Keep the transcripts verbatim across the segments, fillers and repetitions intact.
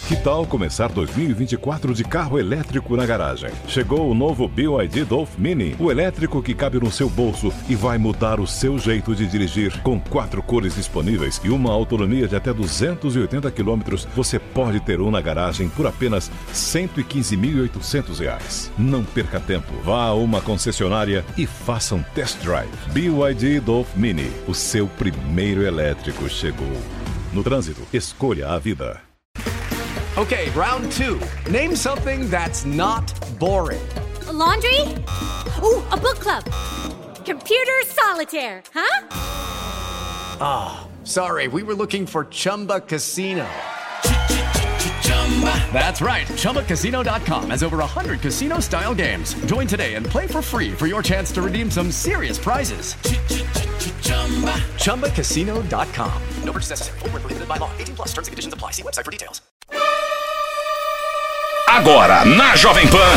Que tal começar dois mil e vinte e quatro de carro elétrico na garagem? Chegou o novo B Y D Dolph Mini, o elétrico que cabe no seu bolso e vai mudar o seu jeito de dirigir. Com quatro cores disponíveis e uma autonomia de até duzentos e oitenta quilômetros, você pode ter um na garagem por apenas cento e quinze mil e oitocentos reais. Não perca tempo, vá a uma concessionária e faça um test drive. B Y D Dolph Mini, o seu primeiro elétrico chegou. No trânsito, escolha a vida. Okay, round two. Name something that's not boring. A laundry? Ooh, a book club. Computer solitaire, huh? Ah, oh, sorry, we were looking for Chumba Casino. That's right, Chumba Casino dot com has over one hundred casino-style games. Join today and play for free for your chance to redeem some serious prizes. Chumba Casino dot com. No purchase necessary. Void where prohibited by law. eighteen plus. Terms and conditions apply. See website for details. Agora, na Jovem Pan,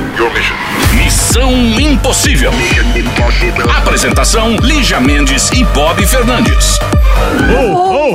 Missão Impossível. Apresentação, Lígia Mendes e Bob Fernandes. Oh,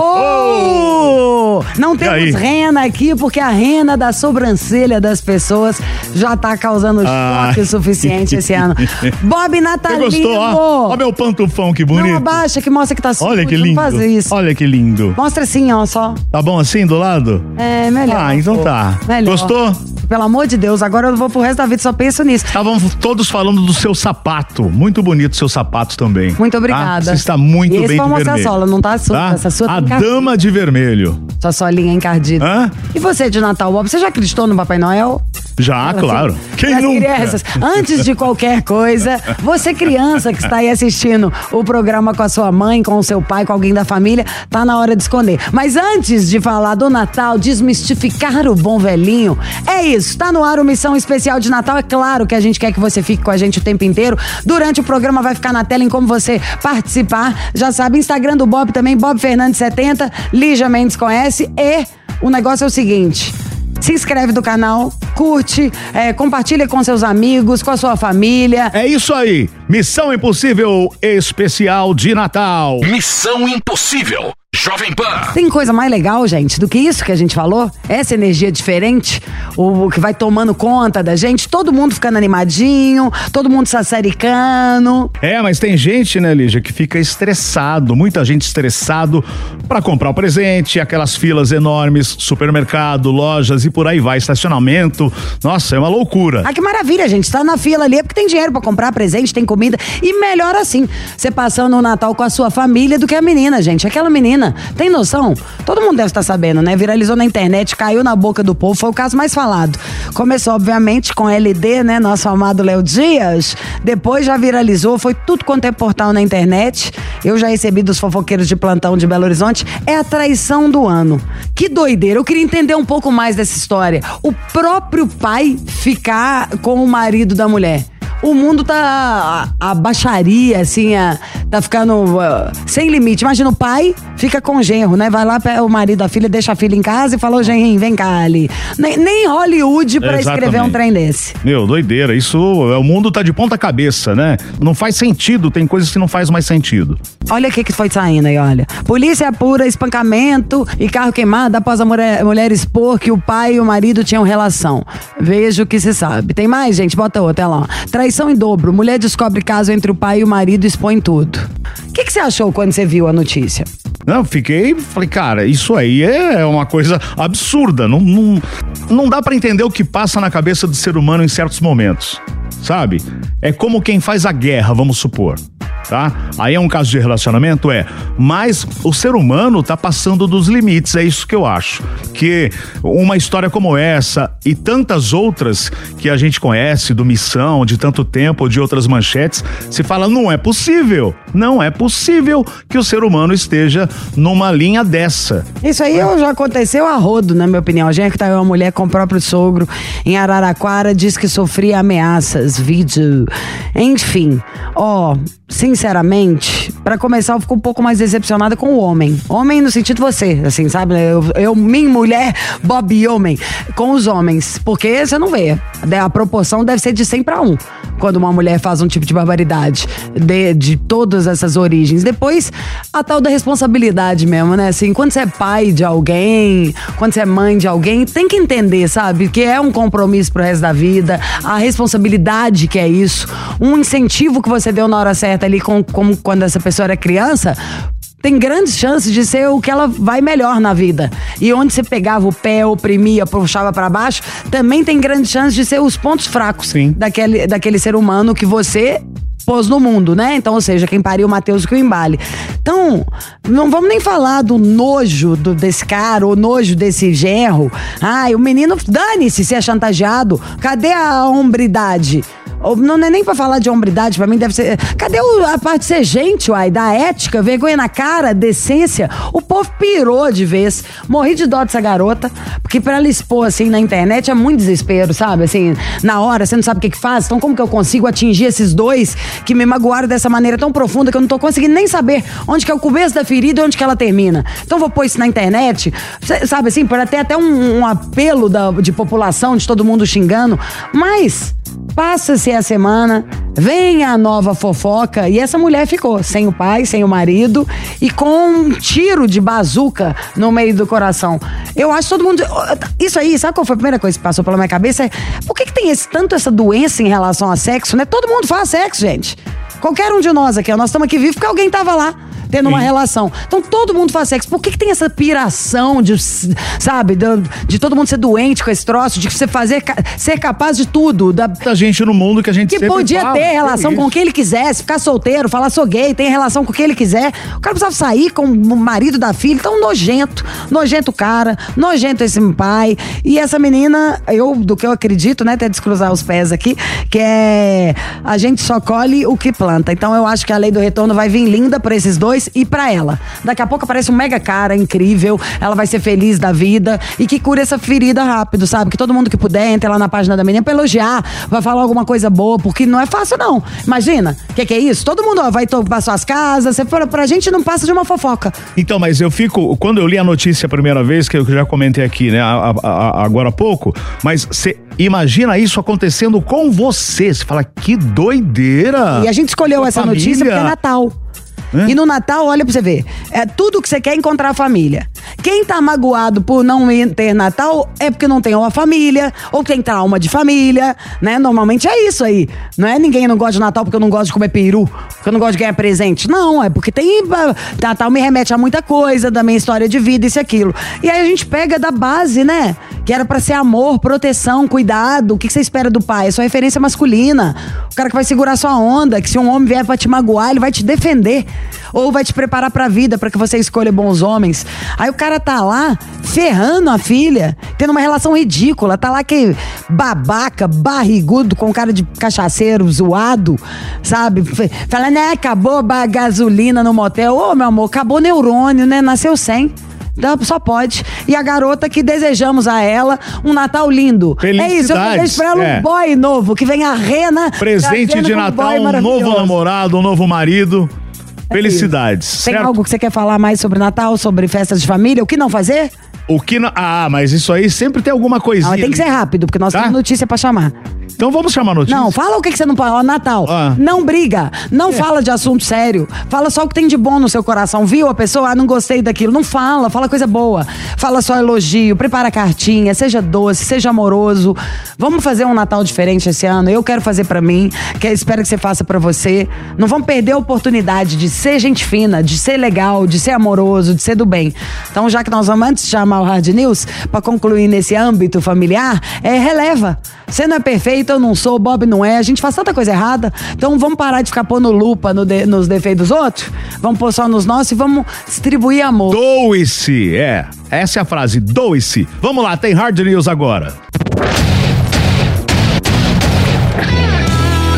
oh, oh. Não temos rena aqui, porque a rena da sobrancelha das pessoas já tá causando ah. choque suficiente esse ano. Bob Natalino. Você gostou? Ó, ó meu pantufão, que bonito. Não abaixa, que mostra que tá sujo. Olha que lindo. Não faz isso. Olha que lindo. Mostra assim, ó, só. Tá bom assim, do lado? É, melhor. Ah, então pô. tá. Melhor. Gostou? Pelo amor de Deus, agora eu vou pro resto da vida, só penso nisso. Estavam todos falando do seu sapato. Muito bonito o seu sapato também. Muito obrigada. Tá? Você está muito e esse bem de mostrar vermelho. A sola, não tá suja, tá? essa sua A tem dama de vermelho. Sua solinha encardida. Hã? E você de Natal, Bob, você já acreditou no Papai Noel? Já, assim, claro. Quem as nunca? Crianças, antes de qualquer coisa, você criança que está aí assistindo o programa com a sua mãe, com o seu pai, com alguém da família, tá na hora de esconder. Mas antes de falar do Natal, desmistificar o bom velhinho, é isso, tá no ar o Missão Especial de Natal. É claro que a gente quer que você fique com a gente o tempo inteiro. Durante o programa vai ficar na tela em como você participar. Já sabe, Instagram do Bob também, Bob Fernandes setenta, Lígia Mendes conhece. E o negócio é o seguinte: se inscreve do canal, curte, é, compartilha com seus amigos, com a sua família. É isso aí, Missão Impossível Especial de Natal. Missão Impossível, Jovem Pan. Tem coisa mais legal, gente, do que isso que a gente falou? Essa energia diferente, o que vai tomando conta da gente, todo mundo ficando animadinho, todo mundo sassaricando. É, mas tem gente, né, Lígia, que fica estressado, muita gente estressado pra comprar o presente, aquelas filas enormes, supermercado, lojas e por aí vai, estacionamento. Nossa, é uma loucura. Ah, que maravilha, gente, tá na fila ali é porque tem dinheiro pra comprar presente, tem comida e melhor assim, você passando o Natal com a sua família do que a menina, gente, aquela menina. Tem noção? Todo mundo deve estar sabendo, né? Viralizou na internet, caiu na boca do povo, foi o caso mais falado. Começou, obviamente, com L D, né? Nosso amado Léo Dias. Depois já viralizou, foi tudo quanto é portal na internet. Eu já recebi dos fofoqueiros de plantão de Belo Horizonte. É a traição do ano. Que doideira. Eu queria entender um pouco mais dessa história. O próprio pai ficar com o marido da mulher. O mundo tá, a, a baixaria, assim, a, tá ficando uh, sem limite. Imagina, o pai fica com o genro, né? Vai lá, o marido da filha, deixa a filha em casa e fala, ô genrinho, vem cá ali. Nem, nem Hollywood pra Exatamente. Escrever um trem desse. Meu, doideira. Isso, o mundo tá de ponta cabeça, né? Não faz sentido, tem coisas que não faz mais sentido. Olha o que que foi saindo aí, olha. Polícia apura espancamento e carro queimado após a mulher, mulher expor que o pai e o marido tinham relação. Veja o que se sabe. Tem mais, gente? Bota outra lá. Traição em dobro. Mulher descobre caso entre o pai e o marido e expõe tudo. O que que você achou quando você viu a notícia? Não, fiquei, falei, cara, isso aí é uma coisa absurda. Não, não, não dá pra entender o que passa na cabeça do ser humano em certos momentos, sabe? É como quem faz a guerra, vamos supor. Tá? Aí é um caso de relacionamento, é, mas o ser humano tá passando dos limites, é isso que eu acho, que uma história como essa e tantas outras que a gente conhece do Missão, de tanto tempo, de outras manchetes, se fala, não é possível, não é possível que o ser humano esteja numa linha dessa. Isso aí já aconteceu a rodo, na minha opinião. A gente que tá uma mulher com o próprio sogro em Araraquara, diz que sofria ameaças, vídeo, enfim, ó, sim sinceramente, pra começar, eu fico um pouco mais decepcionada com o homem. Homem no sentido você, assim, sabe? Eu, eu minha mulher, Bob homem, com os homens. Porque você não vê. A proporção deve ser de cem pra um. Quando uma mulher faz um tipo de barbaridade. De, de todas essas origens. Depois, a tal da responsabilidade mesmo, né? Assim, quando você é pai de alguém, quando você é mãe de alguém, tem que entender, sabe? Que é um compromisso pro resto da vida. A responsabilidade que é isso. Um incentivo que você deu na hora certa ali, com, como quando essa pessoa era criança, tem grandes chances de ser o que ela vai melhor na vida. E onde você pegava o pé, oprimia, puxava pra baixo, também tem grandes chances de ser os pontos fracos daquele, daquele ser humano que você pôs no mundo, né? Então, ou seja, quem pariu o Mateus que o embale. Então, não vamos nem falar do nojo do, desse cara, ou nojo desse genro. Ai, o menino, dane-se se é chantageado. Cadê a hombridade? Não é nem pra falar de hombridade, pra mim deve ser... Cadê o, a parte de ser gente, uai? Da ética, vergonha na cara, decência? O povo pirou de vez. Morri de dó dessa garota, porque pra ela expor assim na internet é muito desespero, sabe? Assim, na hora, você não sabe o que que faz. Então como que eu consigo atingir esses dois que me magoaram dessa maneira tão profunda que eu não tô conseguindo nem saber onde que é o começo da ferida e onde que ela termina? Então vou pôr isso na internet, sabe assim, para ter até um, um apelo da, de população, de todo mundo xingando, mas... Passa-se a semana, vem a nova fofoca e essa mulher ficou sem o pai, sem o marido e com um tiro de bazuca no meio do coração. Eu acho que todo mundo... Isso aí, sabe qual foi a primeira coisa que passou pela minha cabeça? É, por que que tem esse, tanto essa doença em relação a sexo, né? Todo mundo faz sexo, gente. Qualquer um de nós aqui, nós estamos aqui vivos porque alguém tava lá tendo uma relação. Então todo mundo faz sexo. Por que que tem essa piração de, sabe, de, de todo mundo ser doente com esse troço, de você fazer, ser capaz de tudo? Da, da gente no mundo que a gente que sempre podia fala, ter relação é com quem ele quisesse, ficar solteiro, falar sou gay, tem relação com quem ele quiser. O cara precisava sair com o marido da filha. Então nojento, nojento o cara, nojento esse pai. E essa menina, eu, do que eu acredito, né, até descruzar os pés aqui, que é a gente só colhe o que planta. Então eu acho que a lei do retorno vai vir linda pra esses dois e pra ela. Daqui a pouco aparece um mega cara incrível, ela vai ser feliz da vida e que cura essa ferida rápido, sabe? Que todo mundo que puder entre lá na página da menina pra elogiar, vai falar alguma coisa boa, porque não é fácil não. Imagina, o que que é isso? Todo mundo ó, vai para suas casas, você for, pra gente não passa de uma fofoca. Então, mas eu fico, quando eu li a notícia a primeira vez, que eu já comentei aqui, né, a, a, a, agora há pouco, mas você imagina isso acontecendo com você, você fala, que doideira! E a gente escolheu Sua essa família. notícia porque é Natal. Hã? E no Natal, olha pra você ver, é tudo que você quer encontrar a família. Quem tá magoado por não ter Natal é porque não tem uma família, ou tem trauma de família, né? Normalmente é isso aí. Não é ninguém não gosta de Natal porque eu não gosto de comer peru, porque eu não gosto de ganhar presente. Não, é porque tem... Natal me remete a muita coisa da minha história de vida, isso e aquilo. E aí a gente pega da base, né? Que era pra ser amor, proteção, cuidado. O que, que você espera do pai? É sua referência masculina. O cara que vai segurar sua onda, que se um homem vier pra te magoar, ele vai te defender. Ou vai te preparar pra vida, pra que você escolha bons homens. Aí o cara tá lá, ferrando a filha, tendo uma relação ridícula. Tá lá que babaca, barrigudo, com cara de cachaceiro, zoado, sabe? Falando, né, acabou a gasolina no motel. Ô, meu amor, acabou o neurônio, né? Nasceu sem. Então, só pode. E a garota que desejamos a ela um Natal lindo. É isso, eu desejo pra ela é. um boy novo, que venha a Rena. Presente de Natal, um, um novo namorado, um novo marido. É Felicidades. Isso. Tem algo que você quer falar mais sobre Natal, sobre festas de família? O que não fazer? O que não... Ah, mas isso aí sempre tem alguma coisinha. Não, tem que ser rápido, porque nós tá? temos notícia pra chamar. Então vamos chamar notícia. Não, fala o que, que você não pode. Ó, Natal. Ah. Não briga. Não é. fala de assunto sério. Fala só o que tem de bom no seu coração. Viu a pessoa? Ah, não gostei daquilo. Não fala. Fala coisa boa. Fala só elogio. Prepara a cartinha. Seja doce. Seja amoroso. Vamos fazer um Natal diferente esse ano. Eu quero fazer pra mim. Que espero que você faça pra você. Não vamos perder a oportunidade de ser gente fina, de ser legal, de ser amoroso, de ser do bem. Então, já que nós vamos antes chamar o Hard News, pra concluir nesse âmbito familiar, é releva. Você não é perfeito, eu não sou, o Bob não é, a gente faz tanta coisa errada, então vamos parar de ficar pondo lupa no de, nos defeitos dos outros, vamos pôr só nos nossos e vamos distribuir amor. Doe-se, é, essa é a frase, doe-se. Vamos lá, tem Hard News agora. Natal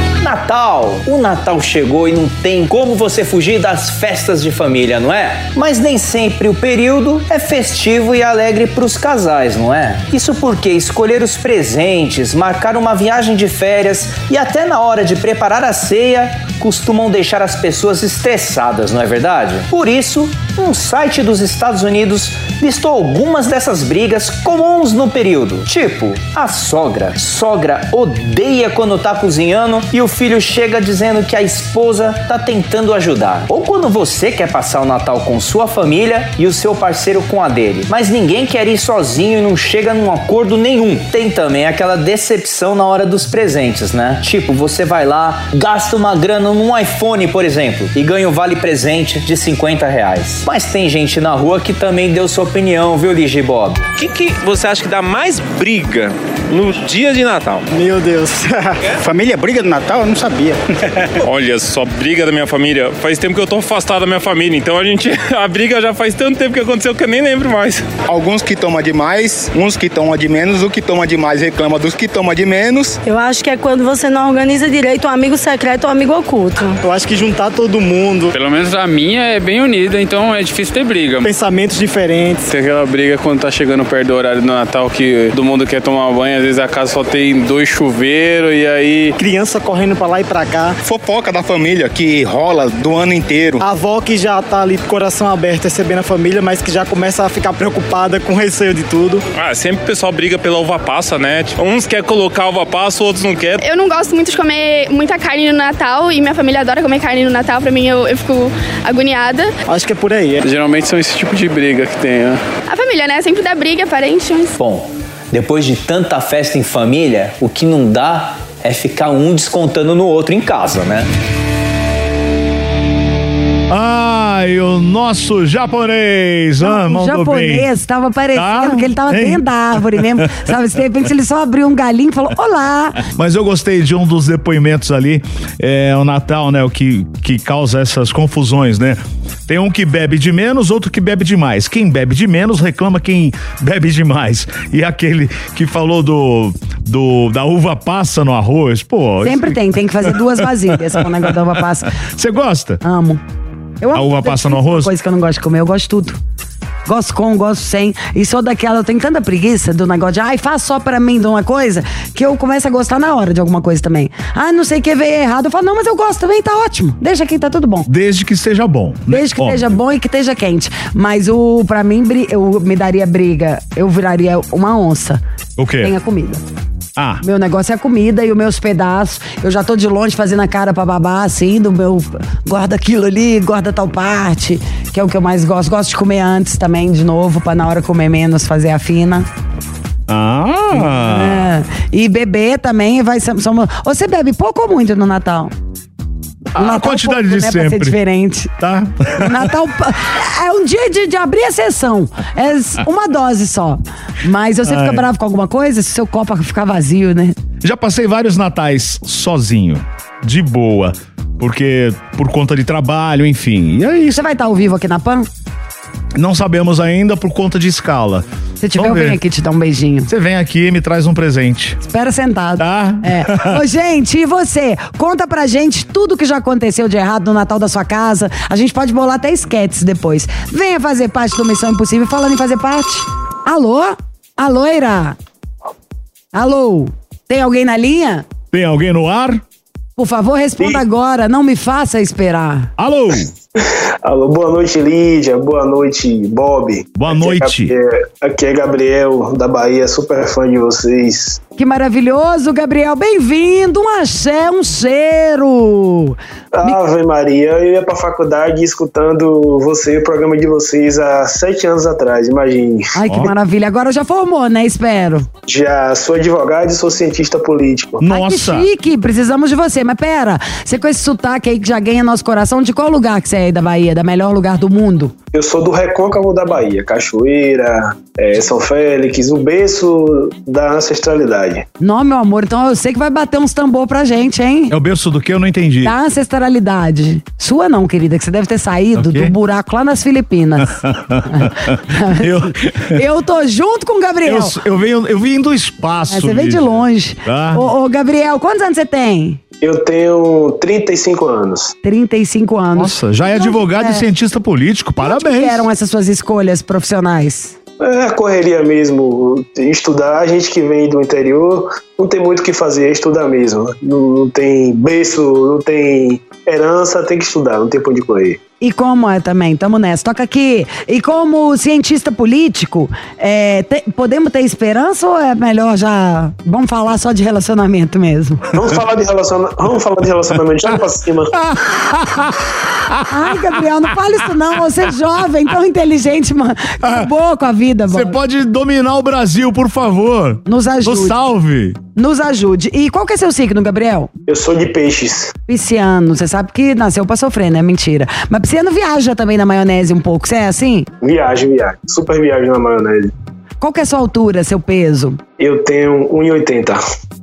Natal! O Natal chegou e não tem como você fugir das festas de família, não é? Mas nem sempre o período é festivo e alegre para os casais, não é? Isso porque escolher os presentes, marcar uma viagem de férias e até na hora de preparar a ceia costumam deixar as pessoas estressadas, não é verdade? Por isso, um site dos Estados Unidos listou algumas dessas brigas comuns no período. Tipo, a sogra. Sogra odeia quando tá cozinhando e o filho chega dizendo que a esposa tá tentando ajudar. Ou quando você quer passar o Natal com sua família e o seu parceiro com a dele, mas ninguém quer ir sozinho e não chega num acordo nenhum. Tem também aquela decepção na hora dos presentes, né? Tipo, você vai lá, gasta uma grana num iPhone, por exemplo, e ganha um vale presente de cinquenta reais. Mas tem gente na rua que também deu sua opinião, viu, Ligi Bob? O que, que você acha que dá mais briga no dia de Natal? Meu Deus. Família briga no Natal? Eu não sabia. Olha só, briga da minha família. Faz tempo que eu tô afastado da minha família, então a gente, a briga já faz tanto tempo que aconteceu que eu nem lembro mais. Alguns que tomam demais, uns que tomam de menos, o que toma demais reclama dos que tomam de menos. Eu acho que é quando você não organiza direito um amigo secreto ou um amigo oculto. Eu acho que juntar todo mundo. Pelo menos a minha é bem unida, então é difícil ter briga. Pensamentos diferentes. Tem aquela briga quando tá chegando perto do horário do Natal que todo mundo quer tomar banho, às vezes a casa só tem dois chuveiros e aí... Criança correndo pra lá e pra cá. Fofoca da família que rola do ano inteiro. A avó que já tá ali com o coração aberto recebendo a família, mas que já começa a ficar preocupada com receio de tudo. Ah, sempre o pessoal briga pela uva passa, né? Tipo, uns querem colocar uva passa, outros não querem. Eu não gosto muito de comer muita carne no Natal e minha família adora comer carne no Natal. Pra mim, eu, eu fico agoniada. Acho que é por aí. É. Geralmente são esse tipo de briga que tem, né? A família, né? Sempre dá briga, parente. Mas... Bom, depois de tanta festa em família, o que não dá é ficar um descontando no outro em casa, né? Ai, o nosso japonês, ah, o japonês bem. Tava parecendo tá? que ele tava hein? dentro da árvore mesmo, sabe? De repente ele só abriu um galinho e falou, olá! Mas eu gostei de um dos depoimentos ali, é o Natal, né, o que, que causa essas confusões, né? Tem um que bebe de menos, outro que bebe demais. Quem bebe de menos reclama quem bebe demais. E aquele que falou do, do da uva passa no arroz, pô... Sempre tem, tem que fazer duas vasilhas com o negócio da uva passa. Você gosta? Amo. Eu a uva passa no arroz? Coisa que eu não gosto de comer, eu gosto de tudo. Gosto com, gosto sem. E sou daquela, eu tenho tanta preguiça do negócio de, ai, faz só pra mim de uma coisa, que eu começo a gostar na hora de alguma coisa também. Ah, não sei o que veio errado. Eu falo, não, mas eu gosto também, tá ótimo. Deixa aqui, tá tudo bom. Desde que seja bom. Né? Desde que Óbvio. esteja bom e que esteja quente. Mas o, pra mim, eu me daria briga, eu viraria uma onça. O quê? Tem a comida. Ah. Meu negócio é a comida e os meus pedaços. Eu já tô de longe fazendo a cara pra babá, assim, do meu... Guarda aquilo ali, guarda tal parte, que é o que eu mais gosto. Gosto de comer antes também, de novo, pra na hora comer menos, fazer a fina. Ah! É. E beber também vai ser... Somos... Você bebe pouco ou muito no Natal? A Natal quantidade pouco, de né, sempre. Pra ser diferente. Tá? Natal é um dia de, de abrir a sessão. É uma dose só. Mas você Ai. fica bravo com alguma coisa se seu copo ficar vazio, né? Já passei vários natais sozinho, de boa. Porque por conta de trabalho, enfim. E aí, você vai estar ao vivo aqui na Pan? Não sabemos ainda por conta de escala. Se tiver, eu venho aqui te dar um beijinho. Você vem aqui e me traz um presente. Espera sentado. Tá? É. Ô, gente, e você? Conta pra gente tudo que já aconteceu de errado no Natal da sua casa. A gente pode bolar até esquetes depois. Venha fazer parte do Missão Impossível. Falando em fazer parte. Alô? Alô, Ira? Alô? Tem alguém na linha? Tem alguém no ar? Por favor, responda Sim. agora. Não me faça esperar. Alô? Alô, boa noite, Lídia. Boa noite, Bob. Boa noite. Aqui é, Gabriel, aqui é Gabriel, da Bahia, super fã de vocês. Que maravilhoso, Gabriel. Bem-vindo. Um axé, um cheiro. Ave Me... Maria, eu ia pra faculdade escutando você, o programa de vocês, há sete anos atrás, imagine. Ai, que oh. maravilha. Agora já formou, né? Espero. Já, sou advogado e sou cientista político. Nossa. Ai, que chique. Precisamos de você. Mas pera, você com esse sotaque aí que já ganha nosso coração, de qual lugar que você é aí da Bahia? Da melhor lugar do mundo? Eu sou do recôncavo da Bahia. Cachoeira, é, São Félix, o berço da ancestralidade. ancestralidade. Não, meu amor, então eu sei que vai bater uns tambor pra gente, hein? É o berço do que? Eu não entendi. Da ancestralidade. Sua não, querida, que você deve ter saído Okay. do buraco lá nas Filipinas. eu, eu tô junto com o Gabriel. Eu, eu, venho, eu vim do espaço. É, você veio de Lígia. longe. Tá? Ô, ô, Gabriel, quantos anos você tem? Eu tenho trinta e cinco anos. trinta e cinco anos. Nossa, já é advogado é. e cientista político, parabéns. Onde eram essas suas escolhas profissionais? É a correria mesmo, estudar. A gente que vem do interior não tem muito o que fazer, é estudar mesmo. Não, não tem berço, não tem herança, tem que estudar, não tem pra onde correr. E como é também, tamo nessa, toca aqui. E como cientista político, é, te, podemos ter esperança ou é melhor já, vamos falar só de relacionamento mesmo? Vamos falar de relacionamento, vamos falar de relacionamento, já pra cima. Ai, Gabriel, não fala isso não, você é jovem, tão inteligente, mano, boa com a vida, Você pode dominar o Brasil, por favor. Nos ajude. Nos salve. Nos ajude. E qual que é seu signo, Gabriel? Eu sou de peixes. Pisciano, você sabe que nasceu pra sofrer, né? Mentira. Mas pisciano viaja também na maionese um pouco, você é assim? Viagem, viagem. Super viagem na maionese. Qual que é a sua altura, seu peso? Eu tenho um e oitenta.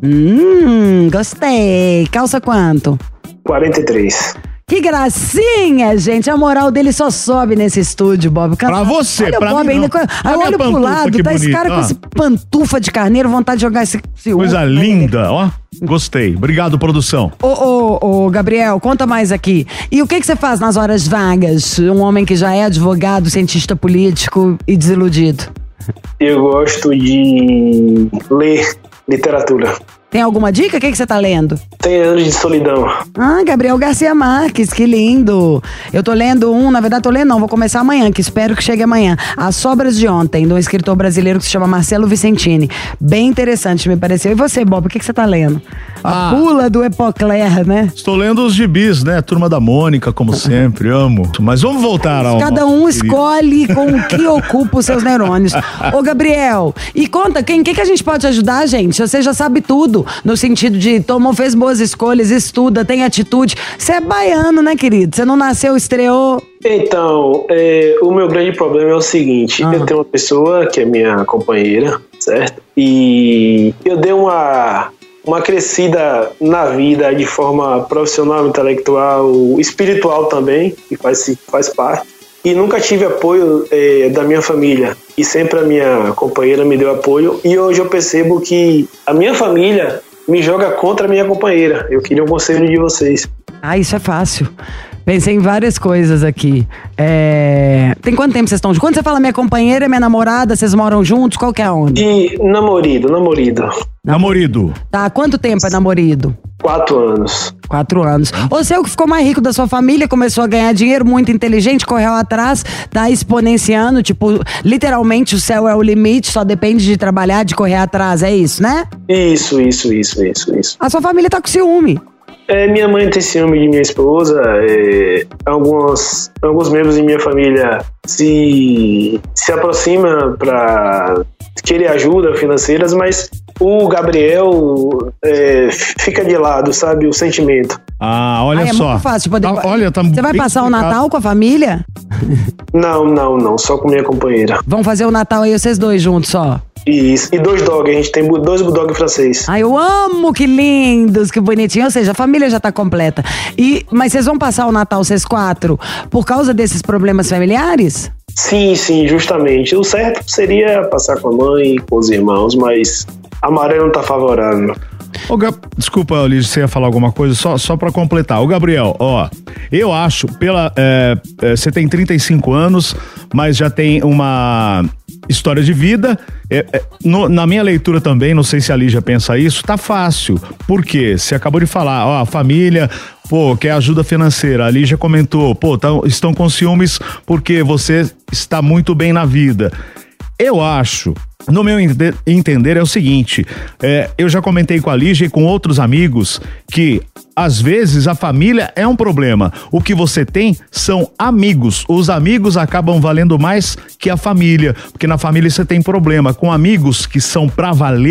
Hum, gostei. Calça quanto? quarenta e três. Que gracinha, gente. A moral dele só sobe nesse estúdio, Bob. Pra você, olha pra o Bob mim ainda. não. Aí eu Olha olho a pro pantufa, lado, que tá esse bonito, cara ó. com esse pantufa de carneiro, vontade de jogar esse... esse Coisa urso, linda, ó. Gostei. Obrigado, produção. Ô, ô, ô, Gabriel, conta mais aqui. E o que que você faz nas horas vagas? Um homem que já é advogado, cientista político e desiludido. Eu gosto de ler literatura. Tem alguma dica? O que que você tá lendo? Tem Anos de Solidão. Ah, Gabriel Garcia Marques, que lindo. Eu tô lendo um, na verdade tô lendo não, vou começar amanhã, que espero que chegue amanhã. As Sobras de Ontem, de um escritor brasileiro que se chama Marcelo Vicentini. Bem interessante, me pareceu. E você, Bob, o que que você tá lendo? A Ah. Pula do Epocler, né? Estou lendo os gibis, né? Turma da Mônica, como sempre, amo. Mas vamos voltar ao... Cada um escolhe com o que ocupa os seus neurônios. Ô, Gabriel, e conta, quem que, que a gente pode ajudar, gente? Você já sabe tudo, no sentido de tomou, fez boas escolhas, estuda, tem atitude. Você é baiano, né, querido? Você não nasceu, estreou... Então, é, o meu grande problema é o seguinte. Eu tenho uma pessoa que é minha companheira, certo? E eu dei uma... uma crescida na vida de forma profissional, intelectual, espiritual também, que faz, faz parte. E nunca tive apoio é, da minha família. E sempre a minha companheira me deu apoio. E hoje eu percebo que a minha família me joga contra a minha companheira. Eu queria um conselho de vocês. Ah, isso é fácil. Pensei em várias coisas aqui. É... Tem quanto tempo vocês estão juntos? Quando você fala minha companheira, minha namorada, vocês moram juntos? Qual que é a onda? E namorido, namorido. Namorido. Tá, quanto tempo é namorido? Quatro anos. Quatro anos. Você é o que ficou mais rico da sua família, começou a ganhar dinheiro, muito inteligente, correu atrás, tá exponenciando, tipo, literalmente o céu é o limite, só depende de trabalhar, de correr atrás, é isso, né? Isso, isso, isso, isso, isso. A sua família tá com ciúme. É, minha mãe tem ciúme de minha esposa, é, alguns, alguns membros de minha família se, se aproximam para querer ajuda financeiras, mas o Gabriel é, fica de lado, sabe, o sentimento. Ah, olha Ai, é só. muito fácil poder... Ah, olha, tá Você vai bem passar o complicado. Natal com a família? Não, não, não, só com minha companheira. Vão fazer o Natal aí vocês dois juntos só? Isso, e dois dogs, a gente tem dois bulldog francês. Ai, eu amo, que lindos, que bonitinho. Ou seja, a família já tá completa. E, mas vocês vão passar o Natal, vocês quatro, por causa desses problemas familiares? Sim, sim, justamente. O certo seria passar com a mãe e com os irmãos, mas a maré não tá favorável. Ô, Gab... Desculpa, Lígia, você ia falar alguma coisa, só, só pra completar. Ô, Gabriel, ó, eu acho, pela, é, é, você tem trinta e cinco anos, mas já tem uma história de vida. É, é, no, na minha leitura também, não sei se a Lígia pensa isso, tá fácil. Por quê? Você acabou de falar, ó, a família, pô, quer ajuda financeira. A Lígia comentou, pô, tá, estão com ciúmes porque você está muito bem na vida. Eu acho, no meu entender, é o seguinte, é, eu já comentei com a Lígia e com outros amigos que às vezes a família é um problema. O que você tem são amigos. Os amigos acabam valendo mais que a família, porque na família você tem problema. Com amigos que são pra valer,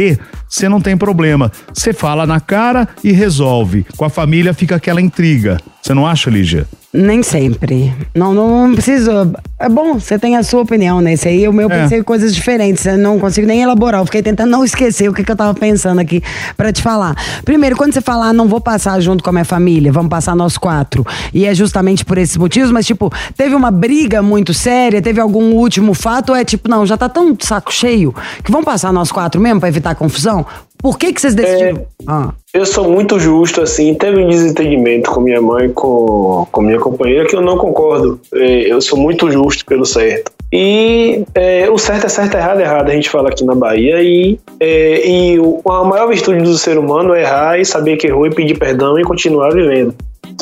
você não tem problema. Você fala na cara e resolve. Com a família fica aquela intriga. Você não acha, Lígia? Nem sempre. Não, não, não preciso. É bom, você tem a sua opinião nesse aí. O meu É. pensei em coisas diferentes. Eu não consigo nem elaborar. Eu fiquei tentando não esquecer o que, que eu tava pensando aqui pra te falar. Primeiro, quando você falar, não vou passar junto com a minha família, vamos passar nós quatro. E é justamente por esses motivos, mas tipo, teve uma briga muito séria, teve algum último fato, ou é tipo, não, já tá tão de saco cheio que vamos passar nós quatro mesmo pra evitar confusão? Por que que vocês decidiram? É, ah. Eu sou muito justo, assim, teve um desentendimento com minha mãe, com, com minha companheira, que eu não concordo. É, eu sou muito justo pelo certo. E é, o certo é certo, errado é errado, a gente fala aqui na Bahia. E, é, e o, a maior virtude do ser humano é errar e saber que errou e pedir perdão e continuar vivendo.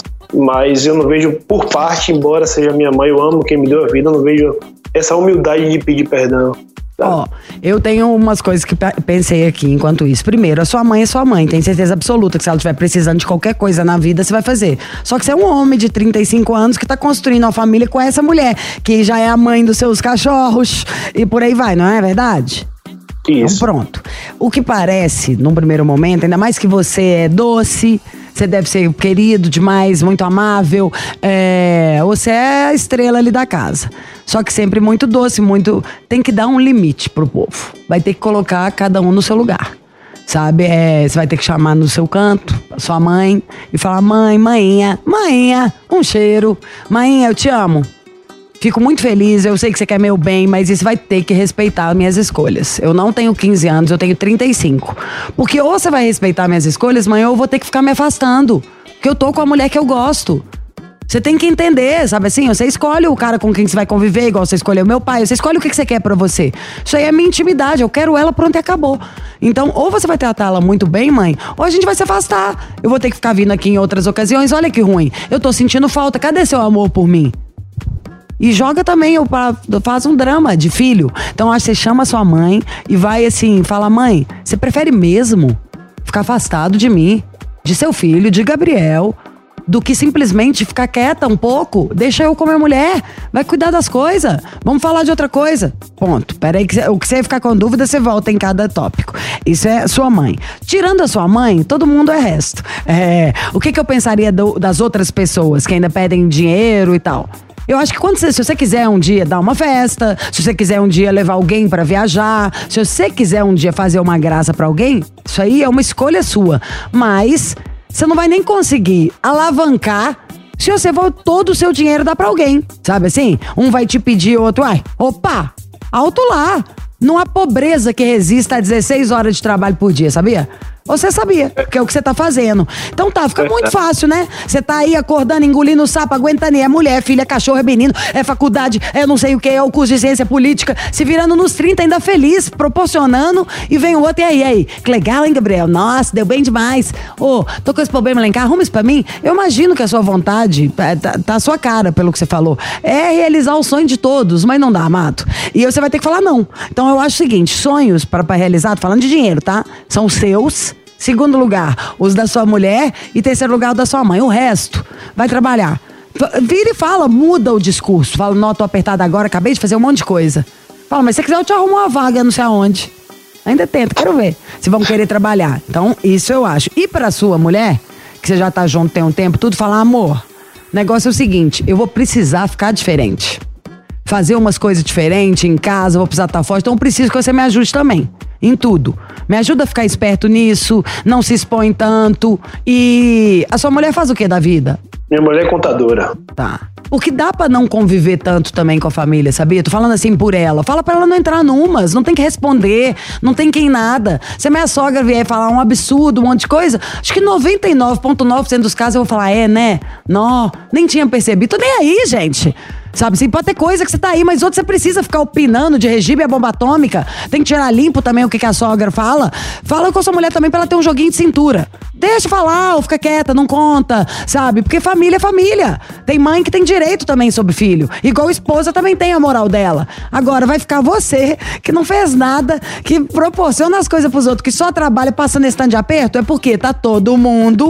Mas eu não vejo, por parte, embora seja minha mãe, eu amo quem me deu a vida, eu não vejo essa humildade de pedir perdão. Ó, eu tenho umas coisas que pe- pensei aqui enquanto isso. Primeiro, a sua mãe é sua mãe, tem certeza absoluta que se ela estiver precisando de qualquer coisa na vida, você vai fazer. Só que você é um homem de trinta e cinco anos que tá construindo uma família com essa mulher, que já é a mãe dos seus cachorros e por aí vai, não é verdade? Isso. Então pronto. O que parece, num primeiro momento, ainda mais que você é doce, você deve ser querido demais, muito amável, é, você é a estrela ali da casa. Só que sempre muito doce, muito... Tem que dar um limite pro povo. Vai ter que colocar cada um no seu lugar. Sabe? É, você vai ter que chamar no seu canto a sua mãe e falar: mãe, mãinha, mãinha, um cheiro. Mãinha, eu te amo. Fico muito feliz, eu sei que você quer meu bem, mas isso vai ter que respeitar as minhas escolhas. Eu não tenho quinze anos, eu tenho trinta e cinco. Porque ou você vai respeitar minhas escolhas, mãe, ou eu vou ter que ficar me afastando. Porque eu tô com a mulher que eu gosto. Você tem que entender, sabe assim? Você escolhe o cara com quem você vai conviver, igual você escolheu meu pai. Você escolhe o que você quer pra você. Isso aí é minha intimidade, eu quero ela, pronto, e acabou. Então, ou você vai tratar ela muito bem, mãe, ou a gente vai se afastar. Eu vou ter que ficar vindo aqui em outras ocasiões. Olha que ruim, eu tô sentindo falta. Cadê seu amor por mim? E joga também, eu faz um drama de filho. Então, acho que você chama sua mãe e vai assim, fala: mãe, você prefere mesmo ficar afastado de mim, de seu filho, de Gabriel, do que simplesmente ficar quieta um pouco? Deixa eu com minha mulher, vai cuidar das coisas, vamos falar de outra coisa. Ponto. Peraí, que o que você ficar com dúvida, você volta em cada tópico. Isso é sua mãe. Tirando a sua mãe, todo mundo é resto. É, o que, que eu pensaria do, das outras pessoas que ainda pedem dinheiro e tal? Eu acho que quando você, se você quiser um dia dar uma festa, se você quiser um dia levar alguém pra viajar, se você quiser um dia fazer uma graça pra alguém, isso aí é uma escolha sua. Mas você não vai nem conseguir alavancar se você for todo o seu dinheiro dar pra alguém. Sabe assim? Um vai te pedir, o outro, ai, opa, alto lá. Não há pobreza que resista a dezesseis horas de trabalho por dia, sabia? Você sabia, que é o que você tá fazendo. Então tá, fica muito fácil, né? Você tá aí acordando, engolindo o sapo, aguentando, é mulher, é filha, é cachorro, é menino, é faculdade, é não sei o que, é o curso de ciência política, se virando nos trinta, ainda feliz, proporcionando, e vem o outro, e aí, e aí? Que legal, hein, Gabriel? Nossa, deu bem demais. Ô, oh, tô com esse problema lá em casa, arruma isso pra mim. Eu imagino que a sua vontade, tá, tá a sua cara, pelo que você falou, é realizar o sonho de todos, mas não dá, amado. E você vai ter que falar não. Então eu acho o seguinte, sonhos para pra realizar, tô falando de dinheiro, tá? São seus. Segundo lugar, os da sua mulher. E terceiro lugar, o da sua mãe. O resto, vai trabalhar. Vira e fala, muda o discurso. Fala: não, tô apertada agora, acabei de fazer um monte de coisa. Fala: mas se você quiser eu te arrumo uma vaga, não sei aonde. Ainda tenta, quero ver se vão querer trabalhar. Então, isso eu acho. E pra sua mulher, que você já tá junto tem um tempo, tudo, falar: amor, o negócio é o seguinte, eu vou precisar ficar diferente. Fazer umas coisas diferentes em casa, vou precisar estar forte, então eu preciso que você me ajude também. Em tudo. Me ajuda a ficar esperto nisso, não se expõe tanto. E a sua mulher faz o que da vida? Minha mulher é contadora. Tá. O que dá pra não conviver tanto também com a família, sabia? Tô falando assim por ela. Fala pra ela não entrar numas, não tem que responder, não tem que ir em nada. Se a minha sogra vier falar um absurdo, um monte de coisa, acho que noventa e nove vírgula nove por cento dos casos eu vou falar: é, né? Não, nem tinha percebido. Tô nem aí, gente. Sabe, assim, pode ter coisa que você tá aí, mas outro você precisa ficar opinando de regime e a bomba atômica. Tem que tirar limpo também o que, que a sogra fala. Fala com a sua mulher também pra ela ter um joguinho de cintura. Deixa falar, ou fica quieta, não conta, sabe? Porque família é família. Tem mãe que tem direito também sobre filho. Igual esposa também tem a moral dela. Agora, vai ficar você, que não fez nada, que proporciona as coisas pros outros, que só trabalha passando esse tanto de aperto, é porque tá todo mundo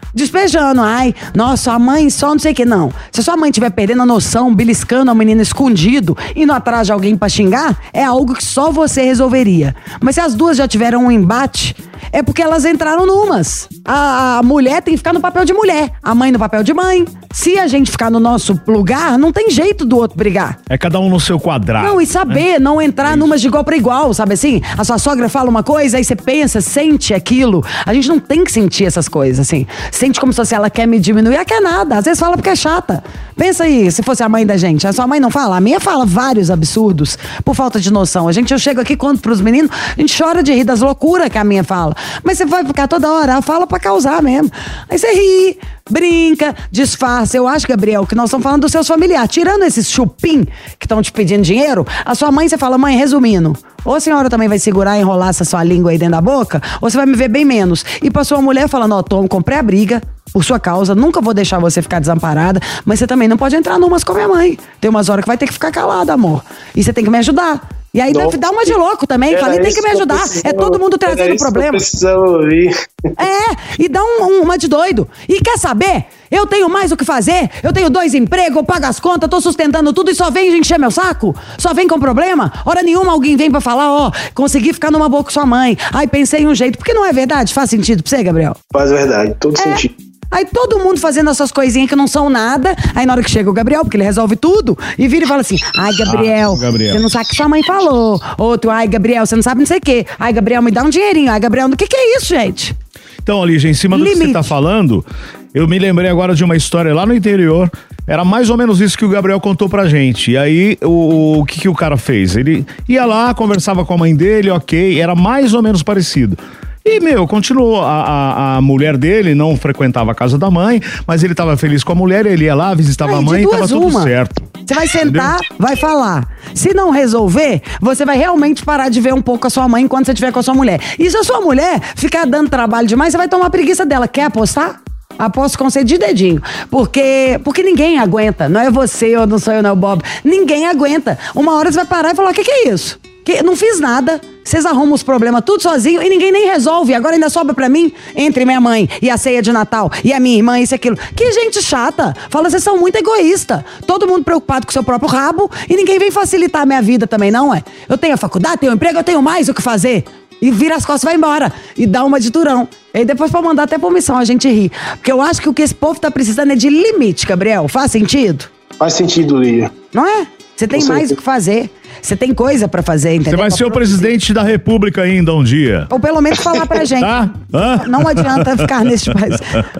despejando. Ai, nossa, a mãe só não sei o que. Não. Se a sua mãe estiver perdendo a noção, beliscando a menina escondido, indo atrás de alguém pra xingar, é algo que só você resolveria. Mas se as duas já tiveram um embate, é porque elas entraram numas. A, a mulher tem que ficar no papel de mulher, a mãe no papel de mãe. Se a gente ficar no nosso lugar, não tem jeito do outro brigar. É cada um no seu quadrado. Não, e saber, né? Não entrar é numas de igual pra igual, sabe assim? A sua sogra fala uma coisa, aí você pensa, sente aquilo. A gente não tem que sentir essas coisas, assim. Sente como se ela quer me diminuir, ela quer nada. Às vezes fala porque é chata. Pensa aí, se fosse a mãe da gente. A sua mãe não fala? A minha fala vários absurdos por falta de noção. A gente, eu chego aqui, conto pros meninos, a gente chora de rir das loucuras que a minha fala. Mas você vai ficar toda hora, ela fala pra causar mesmo. Aí você ri, brinca, disfarça. Eu acho, Gabriel, que nós estamos falando dos seus familiares. Tirando esses chupim que estão te pedindo dinheiro, a sua mãe, você fala, mãe, resumindo, ou a senhora também vai segurar e enrolar essa sua língua aí dentro da boca, ou você vai me ver bem menos. E pra sua mulher falando, ó, Tom, comprei a briga por sua causa, nunca vou deixar você ficar desamparada, mas você também não pode entrar numas com a minha mãe. Tem umas horas que vai ter que ficar calada, amor. E você tem que me ajudar. E aí deve dar uma de louco também. Falei, tem que me ajudar. É todo mundo trazendo problema. Precisa ouvir. É, e dá um, um, uma de doido. E quer saber? Eu tenho mais o que fazer, eu tenho dois empregos, eu pago as contas, tô sustentando tudo e só vem encher meu saco? Só vem com problema? Hora nenhuma alguém vem pra falar, ó, consegui ficar numa boa com sua mãe. Ai, pensei em um jeito. Porque não é verdade? Faz sentido pra você, Gabriel? Faz verdade, todo é. sentido. Aí todo mundo fazendo essas coisinhas que não são nada. Aí na hora que chega o Gabriel, porque ele resolve tudo, e vira e fala assim, ai, Gabriel, ah, Gabriel. você não sabe o que sua mãe falou. Outro, ai, Gabriel, você não sabe não sei o quê. Ai, Gabriel, me dá um dinheirinho. Ai, Gabriel, o que que é isso, gente? Então, Lígia, em cima do Limite. que você tá falando, eu me lembrei agora de uma história lá no interior. Era mais ou menos isso que o Gabriel contou pra gente. E aí, o, o que que o cara fez? Ele ia lá, conversava com a mãe dele, ok, era mais ou menos parecido. E, meu, continuou. A, a, a mulher dele não frequentava a casa da mãe, mas ele tava feliz com a mulher, ele ia lá, visitava Aí, a mãe e tava tudo uma. certo. Você vai sentar, Entendeu? vai falar. Se não resolver, você vai realmente parar de ver um pouco a sua mãe enquanto você estiver com a sua mulher. E se a sua mulher ficar dando trabalho demais, você vai tomar preguiça dela. Quer apostar? Aposto com você de dedinho. Porque, porque ninguém aguenta. Não é você, ou não sou eu, não é o Bob. Ninguém aguenta. Uma hora você vai parar e falar, o que que é isso? Que não fiz nada, vocês arrumam os problemas tudo sozinho e ninguém nem resolve. Agora ainda sobra pra mim, entre minha mãe e a ceia de Natal e a minha irmã, isso e aquilo. Que gente chata. Fala, vocês são muito egoístas. Todo mundo preocupado com o seu próprio rabo e ninguém vem facilitar a minha vida também, não é? Eu tenho a faculdade, tenho um emprego, eu tenho mais o que fazer. E vira as costas e vai embora. E dá uma de durão. E aí depois pra mandar até por missão a gente rir. Porque eu acho que o que esse povo tá precisando é de limite, Gabriel. Faz sentido? Faz sentido, Lígia. Não é? Você tem Com mais certeza. o que fazer. Você tem coisa pra fazer, entendeu? Você vai ser o presidente da República ainda um dia. Ou pelo menos falar pra gente. Tá? Hã? Não adianta ficar nesse país.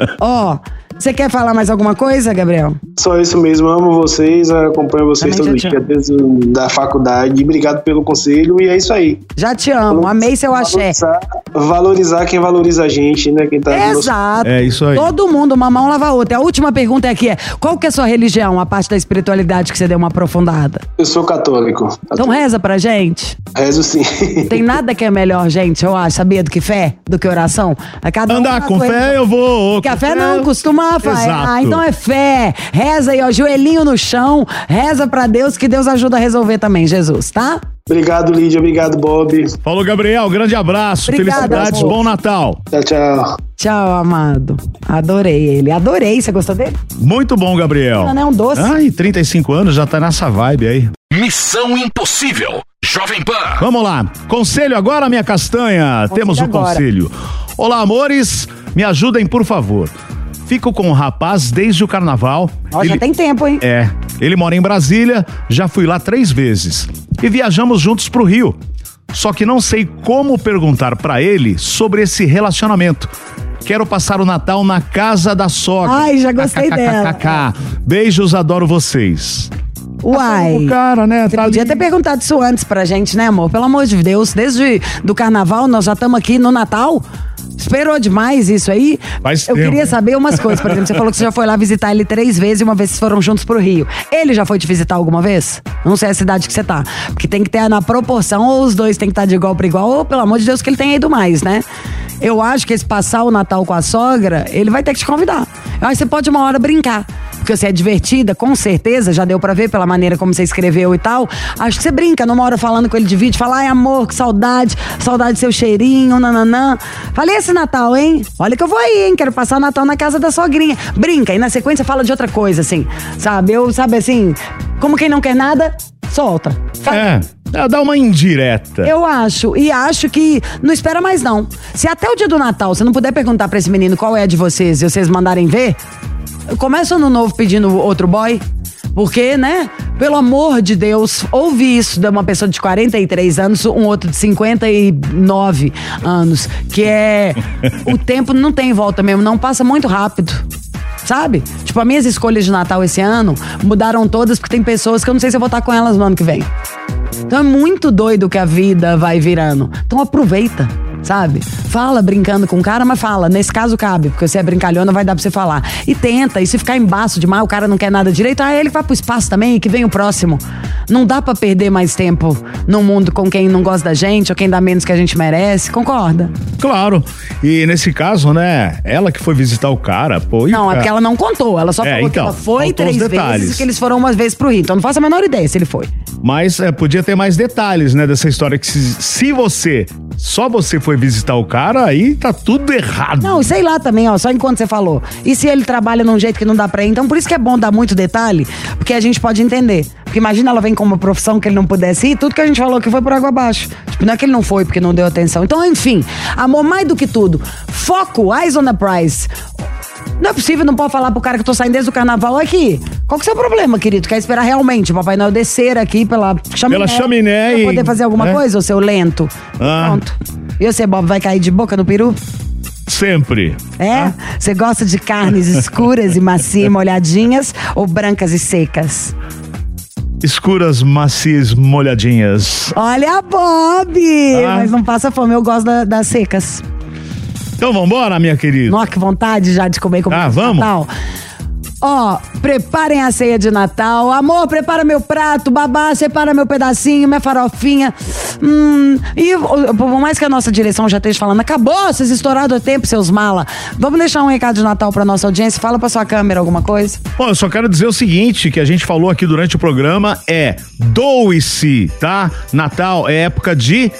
Ó, oh, você quer falar mais alguma coisa, Gabriel? Só isso mesmo, amo vocês, acompanho vocês todo dia desde da faculdade. Obrigado pelo conselho e é isso aí. Já te amo, valorizar, amei seu axé. Valorizar, valorizar quem valoriza a gente, né? Quem tá Exato. É isso aí. Todo mundo, uma mão lava a outra. A última pergunta é aqui, é, qual que é a sua religião, a parte da espiritualidade que você deu uma aprofundada? Eu sou católico. católico. Então reza pra gente. Rezo sim. Tem nada que é melhor, gente, eu acho, sabia, do que fé, do que oração. Cada um Andar com fé eu vou. Porque a fé não costuma. Ah, então é fé. Reza aí, ó, joelhinho no chão. Reza pra Deus, que Deus ajuda a resolver também, Jesus, tá? Obrigado, Lídia. Obrigado, Bob. Falou, Gabriel. Grande abraço. Obrigada, felicidades. Amor. Bom Natal. Tchau, tchau. Tchau, amado. Adorei ele. Adorei. Você gostou dele? Muito bom, Gabriel. Não é um doce. Ai, trinta e cinco anos, já tá nessa vibe aí. Missão Impossível. Jovem Pan. Vamos lá. Conselho agora, minha castanha. Conselho Temos um agora. conselho. Olá, amores. Me ajudem, por favor. Fico com o rapaz desde o carnaval. Ó, ele... já tem tempo, hein? É. Ele mora em Brasília, já fui lá três vezes. E viajamos juntos pro Rio. Só que não sei como perguntar pra ele sobre esse relacionamento. Quero passar o Natal na casa da sogra. Ai, já gostei dela. Beijos, adoro vocês. Uai, o cara, né? Você tá podia ali. ter perguntado isso antes pra gente, né, amor? Pelo amor de Deus, desde do carnaval, nós já estamos aqui no Natal. Esperou demais isso aí? Faz Eu tempo, queria né? saber umas coisas. Por exemplo, você falou que você já foi lá visitar ele três vezes e uma vez vocês foram juntos pro Rio. Ele já foi te visitar alguma vez? Não sei a cidade que você tá. Porque tem que ter na proporção, ou os dois tem que estar de igual para igual, ou pelo amor de Deus que ele tenha ido mais, né? Eu acho que esse passar o Natal com a sogra, ele vai ter que te convidar. Eu acho que você pode uma hora brincar. porque você é divertida, com certeza, já deu pra ver pela maneira como você escreveu e tal. Acho que você brinca numa hora falando com ele de vídeo, fala, ai amor, que saudade, saudade do seu cheirinho, nananã. Falei esse Natal, hein? Olha que eu vou aí, hein? Quero passar o Natal na casa da sogrinha. Brinca, e na sequência fala de outra coisa, assim, sabe? Eu, sabe assim, como quem não quer nada, solta. É, dá uma indireta. Eu acho, e acho que não espera mais não. Se até o dia do Natal você não puder perguntar pra esse menino qual é a de vocês e vocês mandarem ver, começa ano novo pedindo outro boy. Porque, né? Pelo amor de Deus, ouvi isso de uma pessoa de quarenta e três anos, um outro de cinquenta e nove anos, que é... o tempo não tem volta mesmo, não, passa muito rápido. Sabe? Tipo, as minhas escolhas de Natal esse ano mudaram todas, porque tem pessoas que eu não sei se eu vou estar com elas no ano que vem. Então é muito doido que a vida vai virando. Então aproveita, sabe? Fala brincando com o cara, mas fala. Nesse caso cabe, porque você é brincalhona, vai dar pra você falar. E tenta, e se ficar embaixo demais, o cara não quer nada direito, ah, ele vai pro espaço também e que vem o próximo. Não dá pra perder mais tempo num mundo com quem não gosta da gente ou quem dá menos que a gente merece, concorda? Claro. E nesse caso, né, ela que foi visitar o cara, pô... Não, cara... é porque ela não contou, ela só é, falou então, que ela foi três detalhes. vezes e que eles foram umas vezes pro Rio. Então não faço a menor ideia se ele foi. Mas é, podia ter mais detalhes, né, dessa história, que se, se você, só você foi visitar o cara, aí tá tudo errado. Não, sei lá também, ó, só enquanto você falou. E se ele trabalha num jeito que não dá pra ir? Então por isso que é bom dar muito detalhe, porque a gente pode entender. Porque imagina ela vem com uma profissão que ele não pudesse ir, tudo que a gente falou que foi por água abaixo. Tipo, não é que ele não foi porque não deu atenção. Então, enfim, amor, mais do que tudo, foco, eyes on the prize. Não é possível, não pode falar pro cara que eu tô saindo desde o carnaval aqui. Qual que é o seu problema, querido? Quer esperar realmente o Papai Noel descer aqui pela chaminé? Pela chaminé pra e... poder fazer alguma é? coisa, ou seu lento? Ah. Pronto. E você, Bob, vai cair de boca no peru? Sempre. É? Você gosta de carnes escuras e macias, molhadinhas ou brancas e secas? Escuras, macias, molhadinhas. Olha, Bob! Ah. Mas não passa fome, eu gosto da, das secas. Então vambora, minha querida. Nossa, que vontade já de comer comida ah, de vamos? Natal. Ó, preparem a ceia de Natal. Amor, prepara meu prato. Babá, separa meu pedacinho, minha farofinha. Hum, e por mais que a nossa direção já esteja falando, acabou, vocês estouraram o tempo, seus mala. Vamos deixar um recado de Natal pra nossa audiência? Fala pra sua câmera alguma coisa. Bom, eu só quero dizer o seguinte, que a gente falou aqui durante o programa, é doe-se, tá? Natal é época de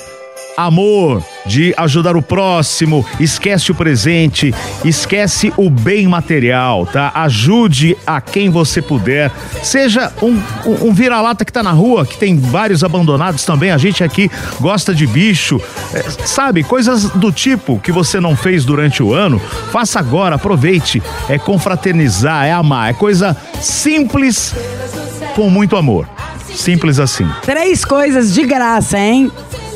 amor, de ajudar o próximo, esquece o presente, esquece o bem material, tá? Ajude a quem você puder, seja um, um, um vira-lata que tá na rua, que tem vários abandonados também, a gente aqui gosta de bicho, é, sabe, coisas do tipo que você não fez durante o ano, faça agora, aproveite, é confraternizar, é amar, é coisa simples com muito amor, simples assim. Três coisas de graça, hein?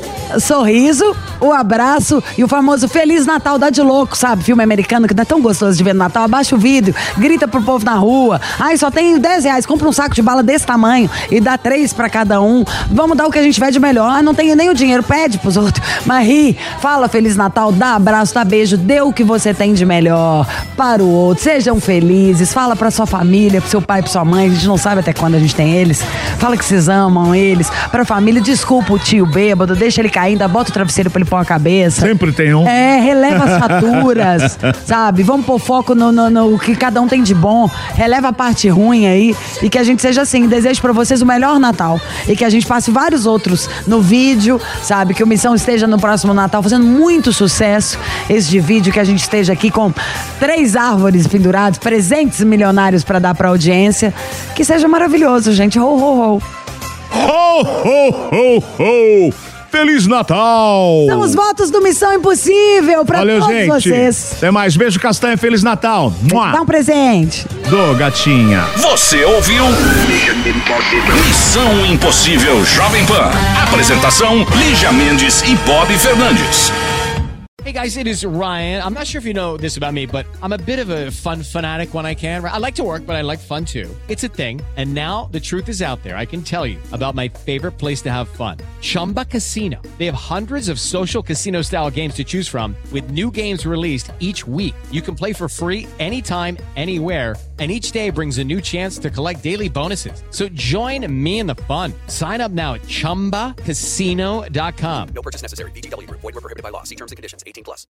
Sorriso, o abraço e o famoso Feliz Natal, dá de louco, sabe? Filme americano que não é tão gostoso de ver no Natal. Abaixa o vidro, grita pro povo na rua. Ai, só tem dez reais, compra um saco de bala desse tamanho e dá três pra cada um. Vamos dar o que a gente tiver de melhor. Ah, não tenho nem o dinheiro, pede pros outros. Mas ri, fala Feliz Natal, dá abraço, dá beijo, dê o que você tem de melhor para o outro. Sejam felizes, fala pra sua família, pro seu pai, pra sua mãe, a gente não sabe até quando a gente tem eles. Fala que vocês amam eles. Pra família, desculpa o tio bêbado, deixa ele cair, ainda bota o travesseiro pra ele pôr a cabeça. Sempre tem um. É, releva as faturas, sabe? Vamos pôr foco no, no, no que cada um tem de bom. Releva a parte ruim aí e que a gente seja assim. Desejo pra vocês o melhor Natal e que a gente passe vários outros no vídeo, sabe? Que o Missão esteja no próximo Natal fazendo muito sucesso. Esse de vídeo, que a gente esteja aqui com três árvores penduradas, presentes milionários pra dar pra audiência. Que seja maravilhoso, gente. Ho, ho, ho. Ho, ho, ho, ho. Feliz Natal! São os votos do Missão Impossível pra Valeu, todos gente. vocês. Até mais. Beijo, Castanha. Feliz Natal. Dá um presente. Do gatinha. Você ouviu Missão Impossível Jovem Pan. Apresentação: Lígia Mendes e Bob Fernandes. Hey guys, it is Ryan. I'm not sure if you know this about me, but I'm a bit of a fun fanatic when I can. I like to work, but I like fun too. It's a thing. And now the truth is out there. I can tell you about my favorite place to have fun. Chumba Casino. They have hundreds of social casino style games to choose from with new games released each week. You can play for free anytime, anywhere. And each day brings a new chance to collect daily bonuses. So join me in the fun. Sign up now at chumba casino dot com. No purchase necessary. V G W Group. Void where prohibited by law. See terms and conditions. eighteen plus.